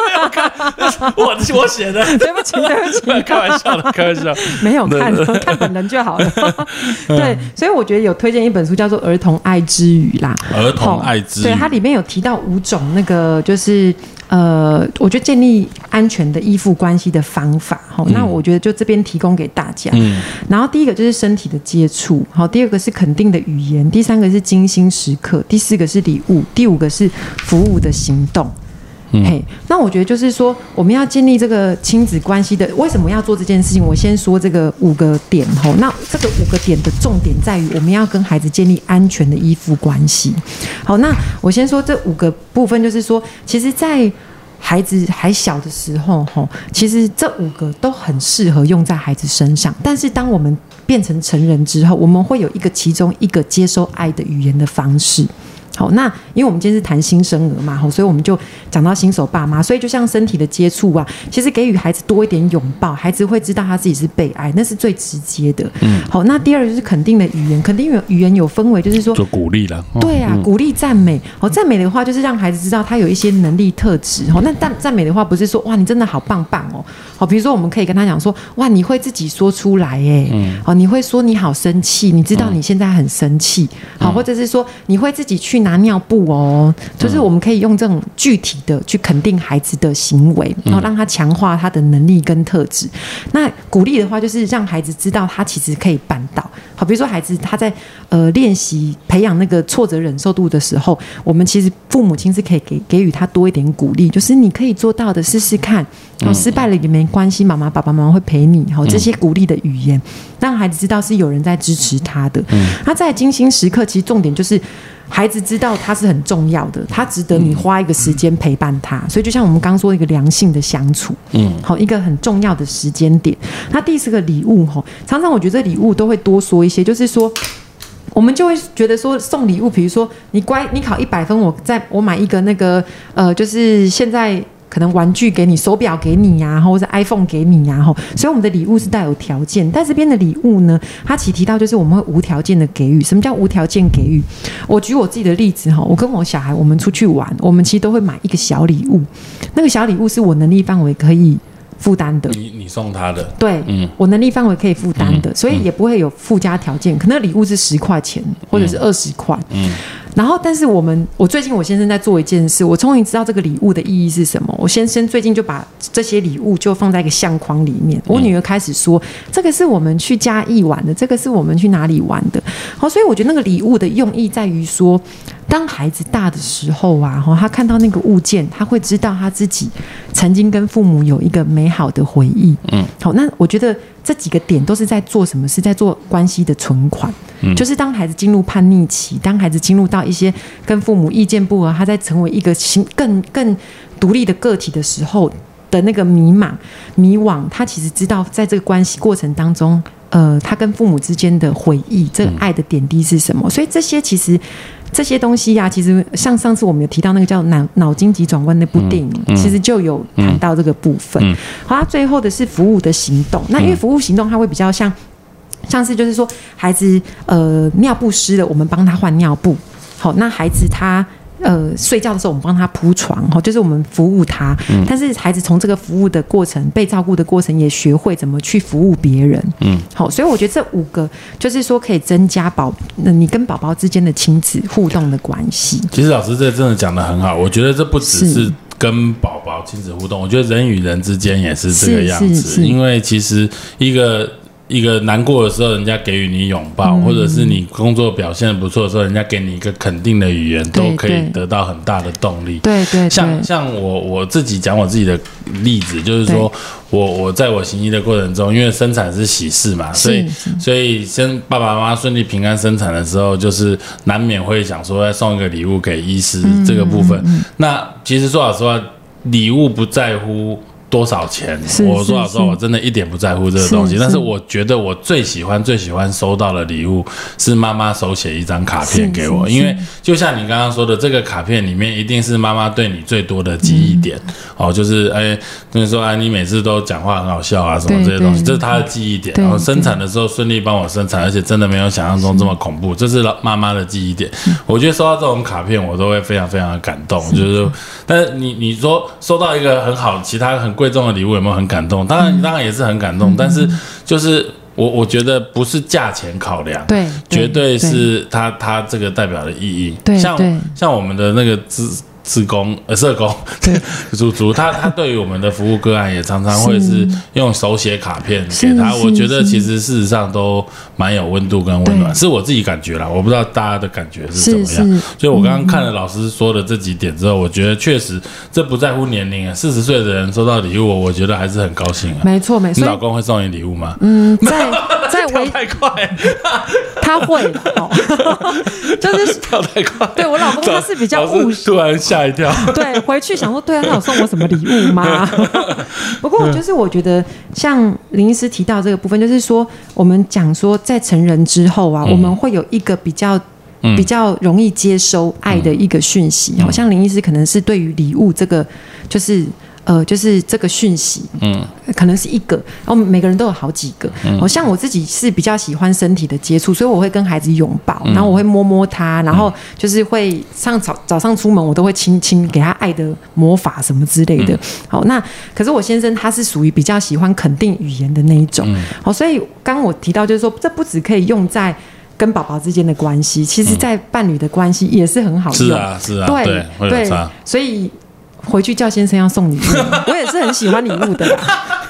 我写的， 对不起， 开玩笑的，开玩笑， 没有看，看本人就好了。对，所以我觉得有推荐一本书叫做《儿童爱之语》啦， 儿童爱之语， 对，它里面有提到5种那个就是我觉得建立安全的依附关系的方法。那我觉得就这边提供给大家。然后第一个就是身体的接触，第二个是肯定的语言，第三个是精心时刻，第4个是礼物，第5个是服务的行动。那我觉得就是说，我们要建立这个亲子关系的，为什么要做这件事情？我先说这个5个点。那这个5个点的重点在于，我们要跟孩子建立安全的依附关系。好，那我先说这5个部分，就是说，其实，在孩子还小的时候，其实这5个都很适合用在孩子身上。但是当我们变成成人之后，我们会有其中一个接收爱的语言的方式。好，那因为我们今天是谈新生儿嘛，所以我们就讲到新手爸妈，所以就像身体的接触啊，其实给予孩子多一点拥抱，孩子会知道他自己是被爱，那是最直接的。好，那第2个就是肯定的语言，肯定语言有分为，就是说就鼓励了。 对啊，鼓励赞美。赞美的话就是让孩子知道他有一些能力特质。那赞美的话不是说哇你真的好棒棒哦。好，比如说我们可以跟他讲说哇你会自己说出来耶。你会说你好生气，你知道你现在很生气。好，或者是说你会自己去拿尿布哦，就是我们可以用这种具体的去肯定孩子的行为，然后让他强化他的能力跟特质。那鼓励的话，就是让孩子知道他其实可以办到。好，比如说孩子他在练习培养那个挫折忍受度的时候，我们其实父母亲是可以给予他多一点鼓励，就是你可以做到的，试试看。失败了也没关系，爸爸妈妈会陪你。这些鼓励的语言，让孩子知道是有人在支持他的。那在精心时刻，其实重点就是孩子知道他是很重要的，他值得你花一个时间陪伴他。所以就像我们刚说一个良性的相处，好，一个很重要的时间点。那第4个礼物，常常我觉得礼物都会多说一些，就是说我们就会觉得说送礼物，比如说你乖，你考100分，我买一个那个就是现在可能玩具给你，手表给你呀，或者是 iPhone 给你呀，所以我们的礼物是带有条件。但这边的礼物呢，他其实提到就是我们会无条件的给予。什么叫无条件给予？我举我自己的例子，我跟我小孩我们出去玩，我们其实都会买一个小礼物，那个小礼物是我能力范围可以负担的。 你送他的， 对，我能力范围可以负担的，所以也不会有附加条件。可能礼物是10块钱，或者是20块。然后，但是我最近我先生在做一件事，我终于知道这个礼物的意义是什么。我先生最近就把这些礼物就放在一个相框里面。我女儿开始说，这个是我们去嘉义玩的，这个是我们去哪里玩的。好，所以我觉得那个礼物的用意在于说，当孩子大的时候啊，他看到那个物件，他会知道他自己曾经跟父母有一个美好的回忆。好，那我觉得这几个点都是在做什么？是在做关系的存款。就是当孩子进入叛逆期，当孩子进入到一些跟父母意见不合，他在成为一个更独立的个体的时候的那个迷惘，他其实知道在这个关系过程当中，他跟父母之间的回忆，这个爱的点滴是什么？所以这些东西呀，其实像上次我们有提到那个叫脑筋急转弯那部电影，其实就有谈到这个部分。好，最后的是服务的行动。那因为服务行动，它会比较像是就是说，孩子尿布湿了，我们帮他换尿布。好，那孩子他睡觉的时候，我们帮他铺床，就是我们服务他。但是孩子从这个服务的过程、被照顾的过程，也学会怎么去服务别人。好，所以我觉得这5个就是说可以增加你跟宝宝之间的亲子互动的关系。 其实老师这真的讲得很好，我觉得这不只是跟宝宝亲子互动，我觉得人与人之间也是这个样子。因为其实一个难过的时候，人家给予你拥抱，或者是你工作表现不错的时候，人家给你一个肯定的语言，都可以得到很大的动力。 对， 像我自己讲我自己的例子，就是说我在我行医的过程中，因为生产是喜事嘛，所以爸爸妈妈顺利平安生产的时候，就是难免会想说要送一个礼物给医师这个部分。那其实说老实话，礼物不在乎多少钱？ 是我说老实话，我真的一点不在乎这个东西。但是我觉得我最喜欢收到的礼物是妈妈手写一张卡片给我，因为就像你刚刚说的，这个卡片里面一定是妈妈对你最多的记忆点。就是就是说你每次都讲话很好笑啊，什么这些东西，这是她的记忆点。然后生产的时候顺利帮我生产，而且真的没有想象中这么恐怖，这是妈妈的记忆点。我觉得收到这种卡片，我都会非常非常的感动。就是，但是你说收到一个很好，其他很贵重的礼物有没有很感动？当然也是很感动，但是就是我觉得不是价钱考量， 对， 绝对是它这个代表的意义。 对， 像我们的那个社工主他对于我们的服务个案也常常会是用手写卡片给他，我觉得其实事实上都蛮有温度跟温暖，是我自己感觉啦，我不知道大家的感觉是怎么样。所以我刚刚看了老师说的这几点之后，我觉得确实这不在乎年龄，40岁的人收到礼物，我觉得还是很高兴啊。 没错。 你老公会送你礼物吗？ 在跳太快， 他会就是跳太快。 对，我老公他是比较务实， 突然吓一跳。 对，回去想说，对啊，他有送我什么礼物吗？不过就是我觉得，像林医师提到这个部分，就是说我们讲说在成人之后啊，我们会有一个比较容易接收爱的一个讯息。好像林医师可能是对于礼物这个就是这个讯息，可能是一个，然后每个人都有好几个。像我自己是比较喜欢身体的接触，所以我会跟孩子拥抱，然后我会摸摸他，然后就是会早上出门我都会亲亲，给他爱的魔法什么之类的。好，那可是我先生他是属于比较喜欢肯定语言的那一种。好，所以刚刚我提到就是说，这不只可以用在跟宝宝之间的关系，其实在伴侣的关系也是很好用。 是啊，对， 所以回去叫先生要送礼物，我也是很喜欢礼物的啦。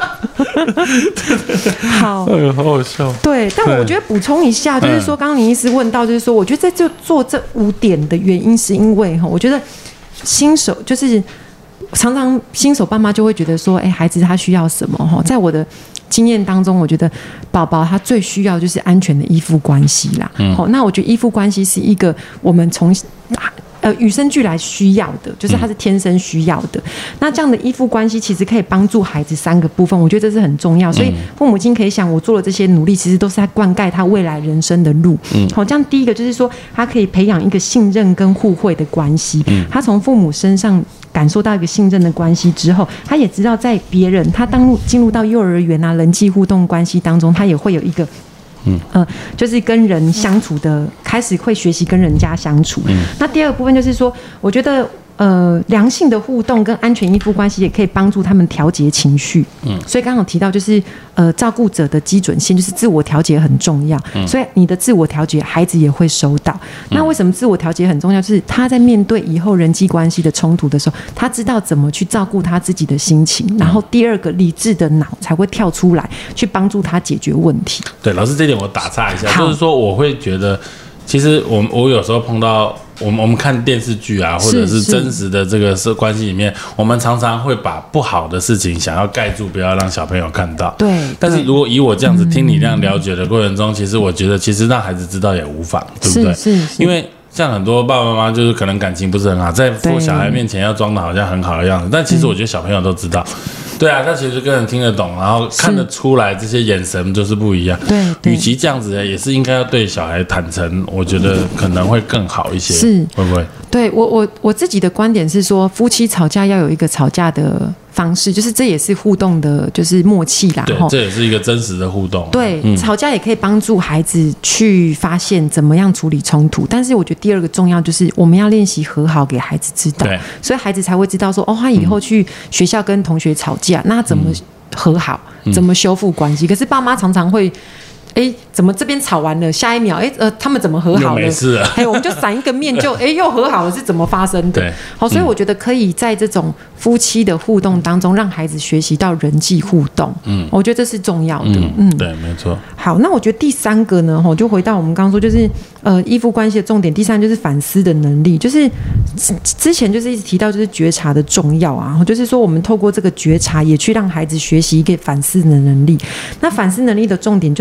好， 好好笑。 对，但我觉得补充一下，就是说，刚刚林医师问到，就是说，我觉得在这做这5点的原因，是因为我觉得新手就是常常新手爸妈就会觉得说，孩子他需要什么？在我的经验当中，我觉得宝宝他最需要就是安全的依附关系啦。那我觉得依附关系是一个我们从与生俱来需要的，就是他是天生需要的。那这样的依附关系其实可以帮助孩子3个部分，我觉得这是很重要。所以父母亲可以想，我做了这些努力，其实都是在灌溉他未来人生的路。这样第一个就是说，他可以培养一个信任跟互惠的关系。他从父母身上感受到一个信任的关系之后，他也知道在别人，他进入到幼儿园啊人际互动关系当中，他也会有一个就是跟人相处的开始会学习跟人家相处。那第二个部分就是说，我觉得良性的互动跟安全依附关系也可以帮助他们调节情绪。所以刚刚有提到就是照顾者的基准线就是自我调节很重要。所以你的自我调节，孩子也会收到。那为什么自我调节很重要？就是他在面对以后人际关系的冲突的时候，他知道怎么去照顾他自己的心情。然后第二个，理智的脑才会跳出来去帮助他解决问题。 对，老师这点我打岔一下，就是说我会觉得，其实我有时候碰到我们看电视剧啊，或者是真实的这个关系里面，我们常常会把不好的事情想要盖住，不要让小朋友看到。 对。但是如果以我这样子听你这样了解的过程中，其实我觉得，其实让孩子知道也无妨，对不对？ 是。 因为像很多爸爸妈妈就是可能感情不是很好，在小孩面前要装的好像很好的样子，但其实我觉得小朋友都知道。对啊，他其实跟人听得懂，然后看得出来这些眼神就是不一样。 对， 与其这样子，也是应该要对小孩坦诚，我觉得可能会更好一些。 是， 会不会？ 对我自己的观点是说，夫妻吵架要有一个吵架的方式，就是这也是互动的，就是默契啦。 对，这也是一个真实的互动。 对，吵架也可以帮助孩子去发现怎么样处理冲突。但是我觉得第二个重要就是我们要练习和好，给孩子知道，所以孩子才会知道说，他以后去学校跟同学吵架，那怎么和好，怎么修复关系？可是爸妈常常会。怎么这边吵完了，下一秒他们怎么和好了？ 没事了。 我们就闪一个面就又和好了，是怎么发生的？ 对， 好，所以我觉得可以在这种夫妻的互动当中，让孩子学习到人际互动。我觉得这是重要的。 对，没错。 好，那我觉得第3个呢，就回到我们刚刚说，就是依附关系的重点。第3就是反思的能力，就是之前就是一直提到就是觉察的重要啊，就是说我们透过这个觉察，也去让孩子学习一个反思的能力。那反思能力的重点就是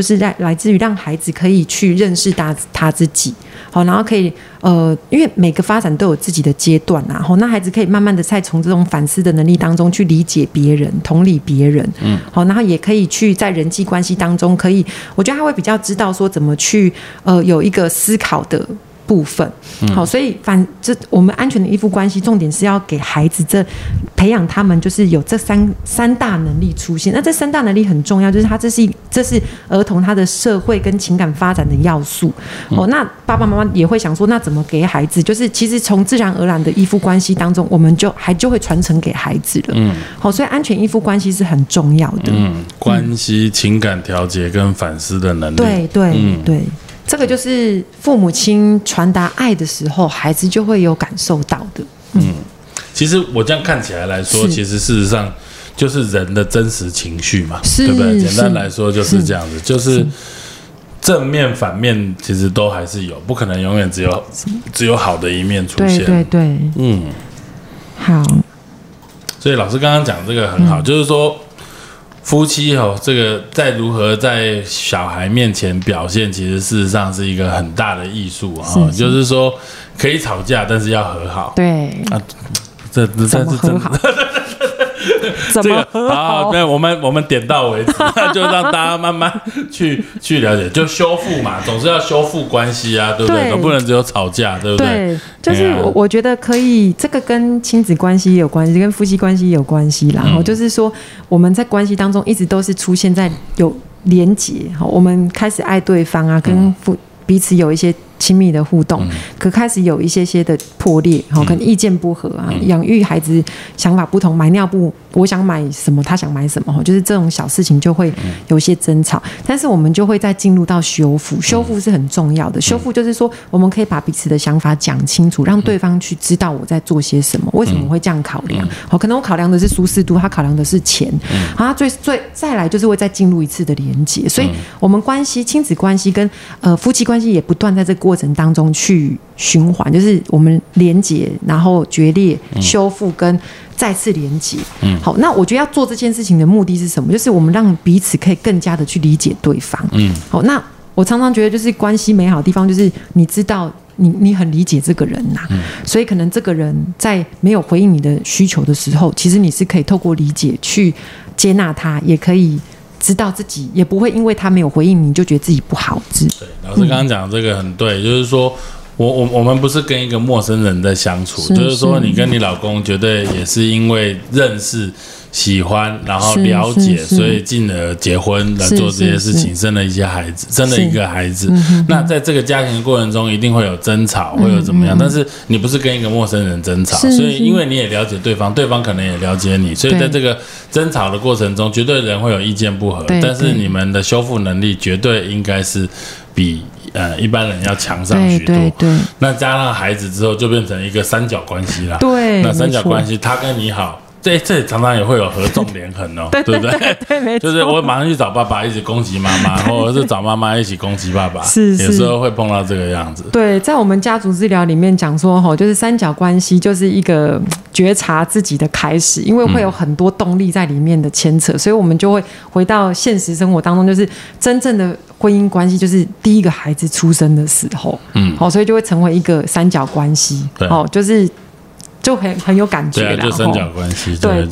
来自于让孩子可以去认识他自己，好，然后可以因为每个发展都有自己的阶段啊，好，那孩子可以慢慢的再从这种反思的能力当中去理解别人，同理别人，好，然后也可以去在人际关系当中我觉得他会比较知道说怎么去有一个思考的部分，好，所以我们安全的依附关系，重点是要给孩子培养他们就是有这三大能力出现。那这三大能力很重要，就是这是儿童他的社会跟情感发展的要素。那爸爸妈妈也会想说，那怎么给孩子？就是其实从自然而然的依附关系当中，我们就会传承给孩子了。好，所以安全依附关系是很重要的。 关系、情感调节跟反思的能力。 对对对。这个就是父母亲传达爱的时候，孩子就会有感受到的。 其实我这样看起来说，其实事实上就是人的真实情绪嘛，对不对？简单来说就是这样子，就是正面、反面其实都还是有，不可能永远只有好的一面出现。 对对对，好。 所以老师刚刚讲这个很好，就是说。夫妻这个在如何在小孩面前表现，其实事实上是一个很大的艺术就是说可以吵架，但是要和好。 对啊，这怎么和好？怎么和好？ 没有，我们点到为止，就让大家慢慢去了解，就修复嘛，总是要修复关系啊，对不对？总不能只有吵架，对不对？ 对，就是我觉得可以，这个跟亲子关系也有关系，跟夫妻关系也有关系啦。就是说我们在关系当中一直都是出现在有连结，我们开始爱对方啊，跟彼此有一些亲密的互动，可开始有一些的破裂，可能意见不合啊，养育孩子想法不同，买尿布我想买什么，他想买什么，就是这种小事情就会有些争吵，但是我们就会再进入到修复，修复是很重要的。修复就是说，我们可以把彼此的想法讲清楚，让对方去知道我在做些什么，为什么我会这样考量。可能我考量的是舒适度，他考量的是钱，他再来就是会再进入一次的连结，所以我们关系、亲子关系跟夫妻关系也不断在这个过程当中去循环，就是我们连结，然后决裂、修复跟再次连结。好，那我觉得要做这件事情的目的是什么？就是我们让彼此可以更加的去理解对方。好，那我常常觉得就是关系美好的地方，就是你知道你很理解这个人呐，所以可能这个人在没有回应你的需求的时候，其实你是可以透过理解去接纳他，也可以知道自己，也不会因为他没有回应你就觉得自己不好。 对，老师刚刚讲的这个很对，就是说我们不是跟一个陌生人在相处，就是说你跟你老公绝对也是因为认识、喜欢，然后了解，所以进而结婚来做这些事情，生了一些孩子，生了一个孩子。那在这个家庭的过程中，一定会有争吵，会有怎么样？但是你不是跟一个陌生人争吵，所以因为你也了解对方，对方可能也了解你，所以在这个争吵的过程中，绝对人会有意见不合，但是你们的修复能力绝对应该是比一般人要强上许多。 对， 那加上孩子之后，就变成一个三角关系啦。 对， 那三角关系，他跟你好。这常常也会有合纵连横对不对？ 对，没错。 就是我马上去找爸爸一起攻击妈妈，或者是找妈妈一起攻击爸爸， 是有时候会碰到这个样子。 对，在我们家族治疗里面讲说，就是三角关系就是一个觉察自己的开始，因为会有很多动力在里面的牵扯，所以我们就会回到现实生活当中，就是真正的婚姻关系，就是第一个孩子出生的时候，所以就会成为一个三角关系，就是就很有感觉啦， 对啊，就三角关系， 对。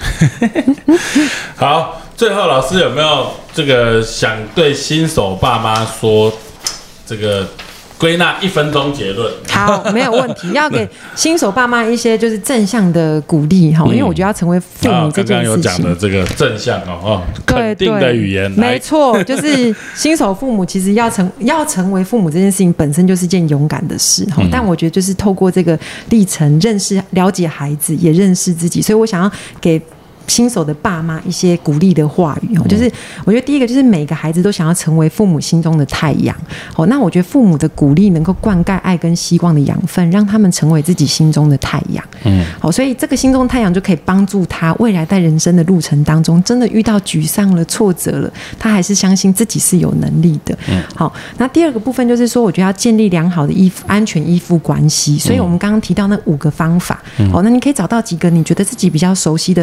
好，最后老师有没有这个想对新手爸妈说这个？归纳1分钟结论， 好，没有问题。要给新手爸妈一些就是正向的鼓励因为我觉得要成为父母这件事情，刚刚有讲的这个正向肯定的语言， 没错，就是新手父母其实要成为父母这件事情本身就是件勇敢的事但我觉得就是透过这个历程认识、了解孩子，也认识自己，所以我想要给新手的爸妈一些鼓励的话语就是我觉得第一个就是每个孩子都想要成为父母心中的太阳那我觉得父母的鼓励能够灌溉爱跟希望的养分，让他们成为自己心中的太阳所以这个心中的太阳就可以帮助他未来在人生的路程当中，真的遇到沮丧了、挫折了，他还是相信自己是有能力的好，那第二个部分就是说，我觉得要建立良好的安全依附关系，所以我们刚刚提到那5个方法那你可以找到几个你觉得自己比较熟悉的方式，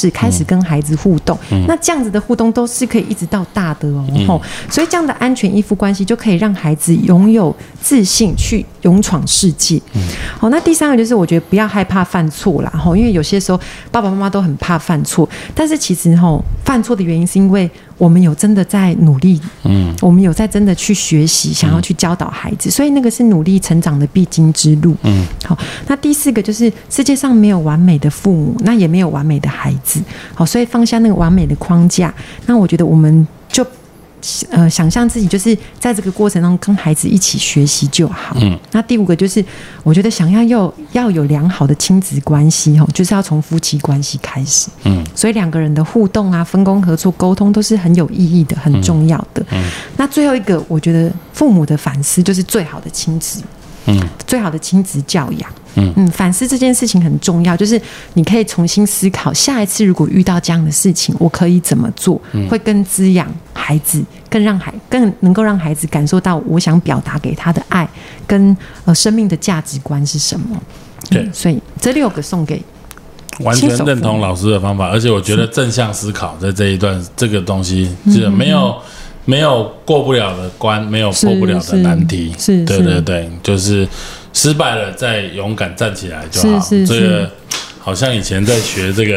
开始跟孩子互动。那这样子的互动都是可以一直到大的哦。所以这样的安全依附关系就可以让孩子拥有自信去勇闯世界。好，那第三个就是我觉得不要害怕犯错啦，因为有些时候爸爸妈妈都很怕犯错，但是其实犯错的原因是因为我们有真的在努力，我们有在真的去学习，想要去教导孩子，所以那个是努力成长的必经之路。好，那第四个就是世界上没有完美的父母，那也没有完美的孩子。好，所以放下那个完美的框架，那我觉得我们就想象自己就是在这个过程中跟孩子一起学习就好。那第五个就是我觉得想要有良好的亲子关系，就是要从夫妻关系开始。所以两个人的互动啊、分工合作、沟通都是很有意义的、很重要的。那最后一个，我觉得父母的反思就是最好的亲子。最好的亲子教养。反思这件事情很重要，就是你可以重新思考，下一次如果遇到这样的事情，我可以怎么做，会更滋养孩子，更能够让孩子感受到我想表达给他的爱，跟生命的价值观是什么。对，所以这6个送给。 完全认同老师的方法，而且我觉得正向思考在这一段这个东西是没有过不了的关，没有破不了的难题。对，就是失败了再勇敢站起来就好。这个好像以前在学这个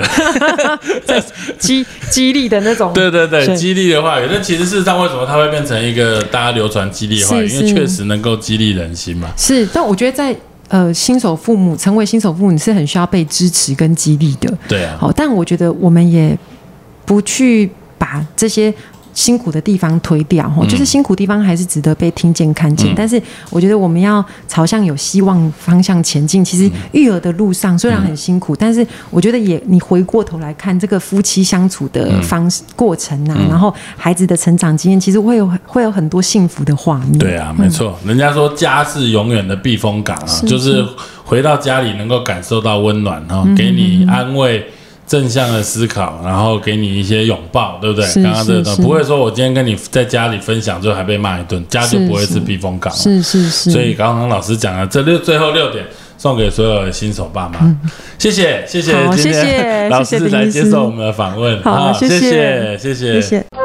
激励的那种。 对，激励的话语。但其实事实上，为什么它会变成一个大家流传激励的话语？因为确实能够激励人心嘛。是， 但我觉得在新手父母成为新手父母，你是很需要被支持跟激励的。 对啊。 好，但我觉得我们也不去把这些辛苦的地方推掉，就是辛苦地方还是值得被听见看见。但是我觉得我们要朝向有希望方向前进。其实育儿的路上虽然很辛苦，但是我觉得你回过头来看这个夫妻相处的过程啊，然后孩子的成长经验，其实会有很多幸福的画面。 对啊，没错。人家说家是永远的避风港啊，就是回到家里能够感受到温暖，给你安慰。正向的思考，然后给你一些拥抱，对不对？刚刚这个不会说我今天跟你在家里分享之后还被骂一顿，家就不会是避风港了。是。所以刚刚老师讲的最后6点，送给所有的新手爸妈。谢谢今天老师来接受我们的访问。 好，谢谢。 谢谢。